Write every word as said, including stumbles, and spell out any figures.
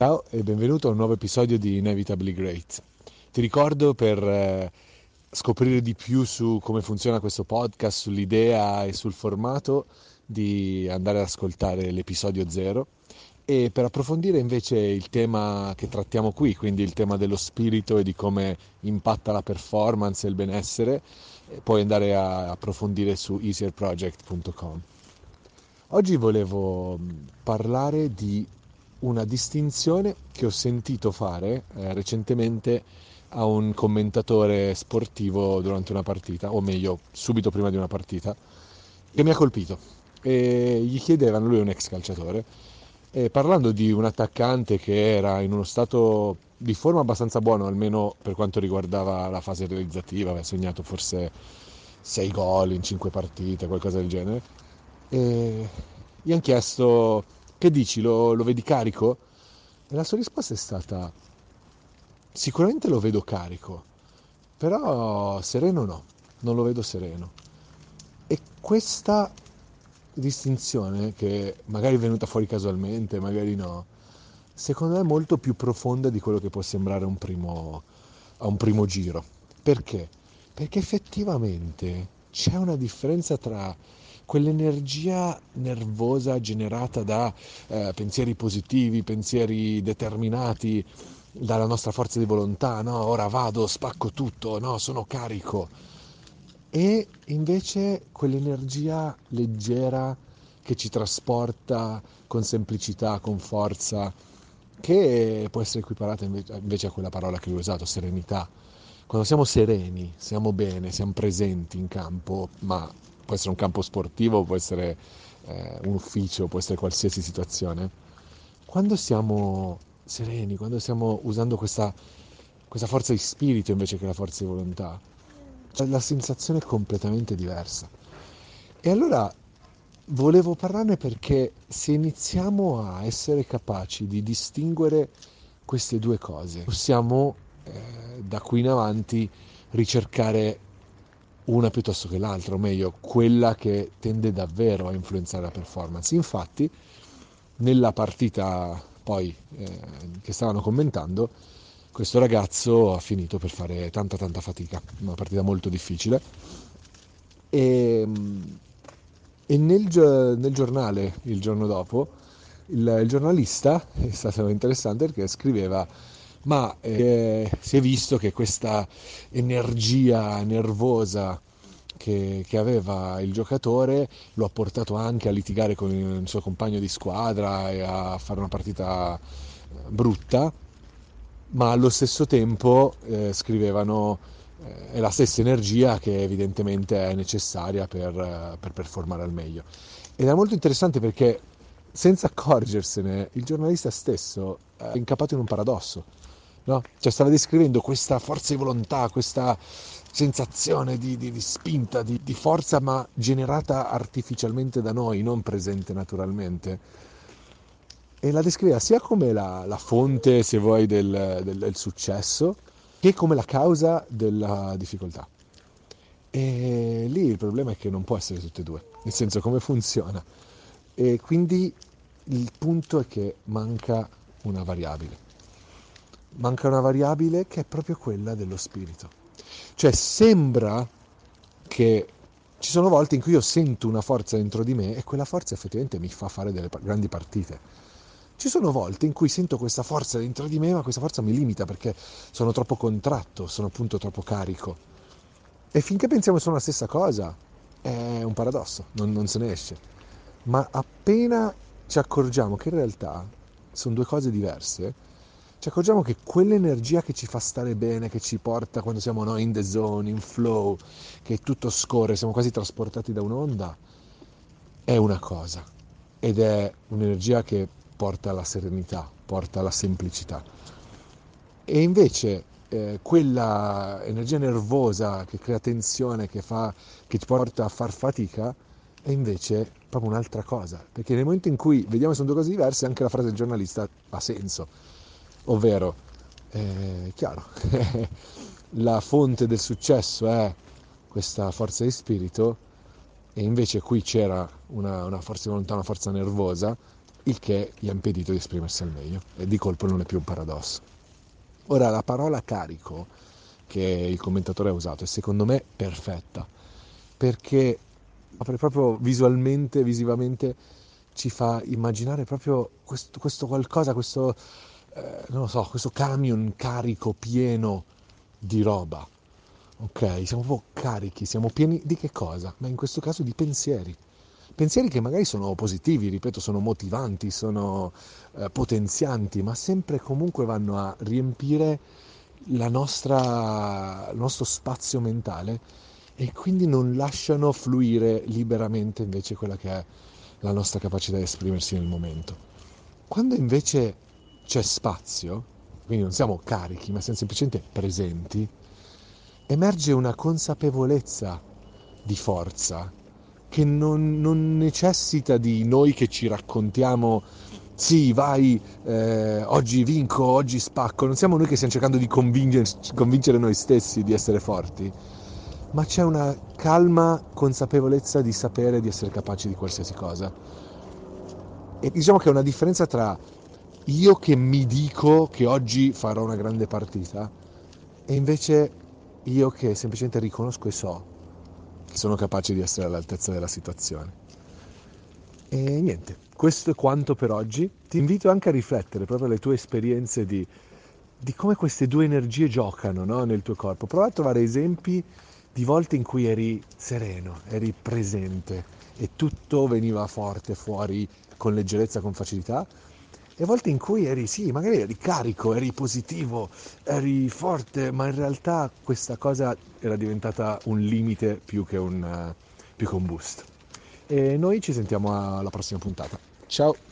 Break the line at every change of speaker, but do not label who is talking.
Ciao e benvenuto a un nuovo episodio di Inevitably Great. Ti ricordo per eh, scoprire di più su come funziona questo podcast, sull'idea e sul formato, di andare ad ascoltare l'episodio zero e per approfondire invece il tema che trattiamo qui, quindi il tema dello spirito e di come impatta la performance e il benessere, eh, puoi andare a approfondire su easier project punto com. Oggi volevo mh, parlare di una distinzione che ho sentito fare eh, recentemente a un commentatore sportivo durante una partita, o meglio, subito prima di una partita, che mi ha colpito. E gli chiedevano, lui è un ex calciatore, e parlando di un attaccante che era in uno stato di forma abbastanza buono, almeno per quanto riguardava la fase realizzativa, aveva segnato forse sei gol in cinque partite, qualcosa del genere. E gli hanno chiesto: che dici, lo, lo vedi carico? E la sua risposta è stata: sicuramente lo vedo carico, però sereno no, non lo vedo sereno. E questa distinzione, che magari è venuta fuori casualmente, magari no, secondo me è molto più profonda di quello che può sembrare un primo, a un primo giro. Perché? Perché effettivamente c'è una differenza tra quell'energia nervosa generata da eh, pensieri positivi, pensieri determinati dalla nostra forza di volontà, no? Ora vado, spacco tutto, no? Sono carico. E invece quell'energia leggera che ci trasporta con semplicità, con forza, che può essere equiparata invece invece a quella parola che lui ha usato, serenità. Quando siamo sereni, siamo bene, siamo presenti in campo, ma può essere un campo sportivo, può essere eh, un ufficio, può essere qualsiasi situazione. Quando siamo sereni, quando stiamo usando questa, questa forza di spirito invece che la forza di volontà, cioè la sensazione è completamente diversa. E allora volevo parlarne perché se iniziamo a essere capaci di distinguere queste due cose, possiamo eh, da qui in avanti ricercare una piuttosto che l'altra, o meglio, quella che tende davvero a influenzare la performance. Infatti, nella partita poi eh, che stavano commentando, questo ragazzo ha finito per fare tanta tanta fatica, una partita molto difficile. E, e nel, nel giornale il giorno dopo il, il giornalista è stato interessante perché scriveva: ma eh, si è visto che questa energia nervosa che, che aveva il giocatore lo ha portato anche a litigare con il suo compagno di squadra e a fare una partita brutta, ma allo stesso tempo eh, scrivevano eh, è la stessa energia che evidentemente è necessaria per, eh, per performare al meglio. Ed è molto interessante perché senza accorgersene il giornalista stesso è incappato in un paradosso, no? Cioè stava descrivendo questa forza di volontà, questa sensazione di, di, di spinta, di, di forza, ma generata artificialmente da noi, non presente naturalmente. E la descriveva sia come la, la fonte, se vuoi, del, del, del successo, che come la causa della difficoltà. E lì il problema è che non può essere tutte e due, nel senso, come funziona. E quindi il punto è che manca una variabile. Manca una variabile che è proprio quella dello spirito. Cioè sembra che ci sono volte in cui io sento una forza dentro di me e quella forza effettivamente mi fa fare delle grandi partite. Ci sono volte in cui sento questa forza dentro di me, ma questa forza mi limita perché sono troppo contratto, sono appunto troppo carico. E finché pensiamo sono la stessa cosa, è un paradosso, non, non se ne esce. Ma appena ci accorgiamo che in realtà sono due cose diverse, ci accorgiamo che quell'energia che ci fa stare bene, che ci porta quando siamo noi in the zone, in flow, che tutto scorre, siamo quasi trasportati da un'onda, è una cosa. Ed è un'energia che porta alla serenità, porta alla semplicità. E invece eh, quella energia nervosa che crea tensione, che, fa, che ti porta a far fatica, è invece proprio un'altra cosa. Perché nel momento in cui vediamo che sono due cose diverse, anche la frase del giornalista ha senso. Ovvero, eh, è chiaro, la fonte del successo è questa forza di spirito e invece qui c'era una, una forza di volontà, una forza nervosa, il che gli ha impedito di esprimersi al meglio e di colpo non è più un paradosso. Ora, la parola carico che il commentatore ha usato è secondo me perfetta, perché proprio visualmente, visivamente ci fa immaginare proprio questo, questo qualcosa, questo, eh, non lo so, questo camion carico pieno di roba. Ok, siamo proprio carichi, siamo pieni di che cosa? Ma in questo caso di pensieri. Pensieri che magari sono positivi, ripeto, sono motivanti, sono eh, potenzianti, ma sempre e comunque vanno a riempire la nostra, il nostro spazio mentale e quindi non lasciano fluire liberamente invece quella che è la nostra capacità di esprimersi nel momento. Quando invece c'è spazio, quindi non siamo carichi, ma siamo semplicemente presenti, emerge una consapevolezza di forza che non, non necessita di noi che ci raccontiamo sì, vai, eh, oggi vinco, oggi spacco. Non siamo noi che stiamo cercando di convincere, convincere noi stessi di essere forti, ma c'è una calma consapevolezza di sapere di essere capaci di qualsiasi cosa. E diciamo che è una differenza tra io che mi dico che oggi farò una grande partita e invece io che semplicemente riconosco e so che sono capace di essere all'altezza della situazione. E niente, questo è quanto per oggi. Ti invito anche a riflettere proprio alle tue esperienze di, di come queste due energie giocano, no, nel tuo corpo. Prova a trovare esempi di volte in cui eri sereno, eri presente e tutto veniva forte fuori con leggerezza, con facilità. E volte in cui eri, sì, magari eri carico, eri positivo, eri forte, ma in realtà questa cosa era diventata un limite più che un, uh, più che un boost. E noi ci sentiamo alla prossima puntata. Ciao!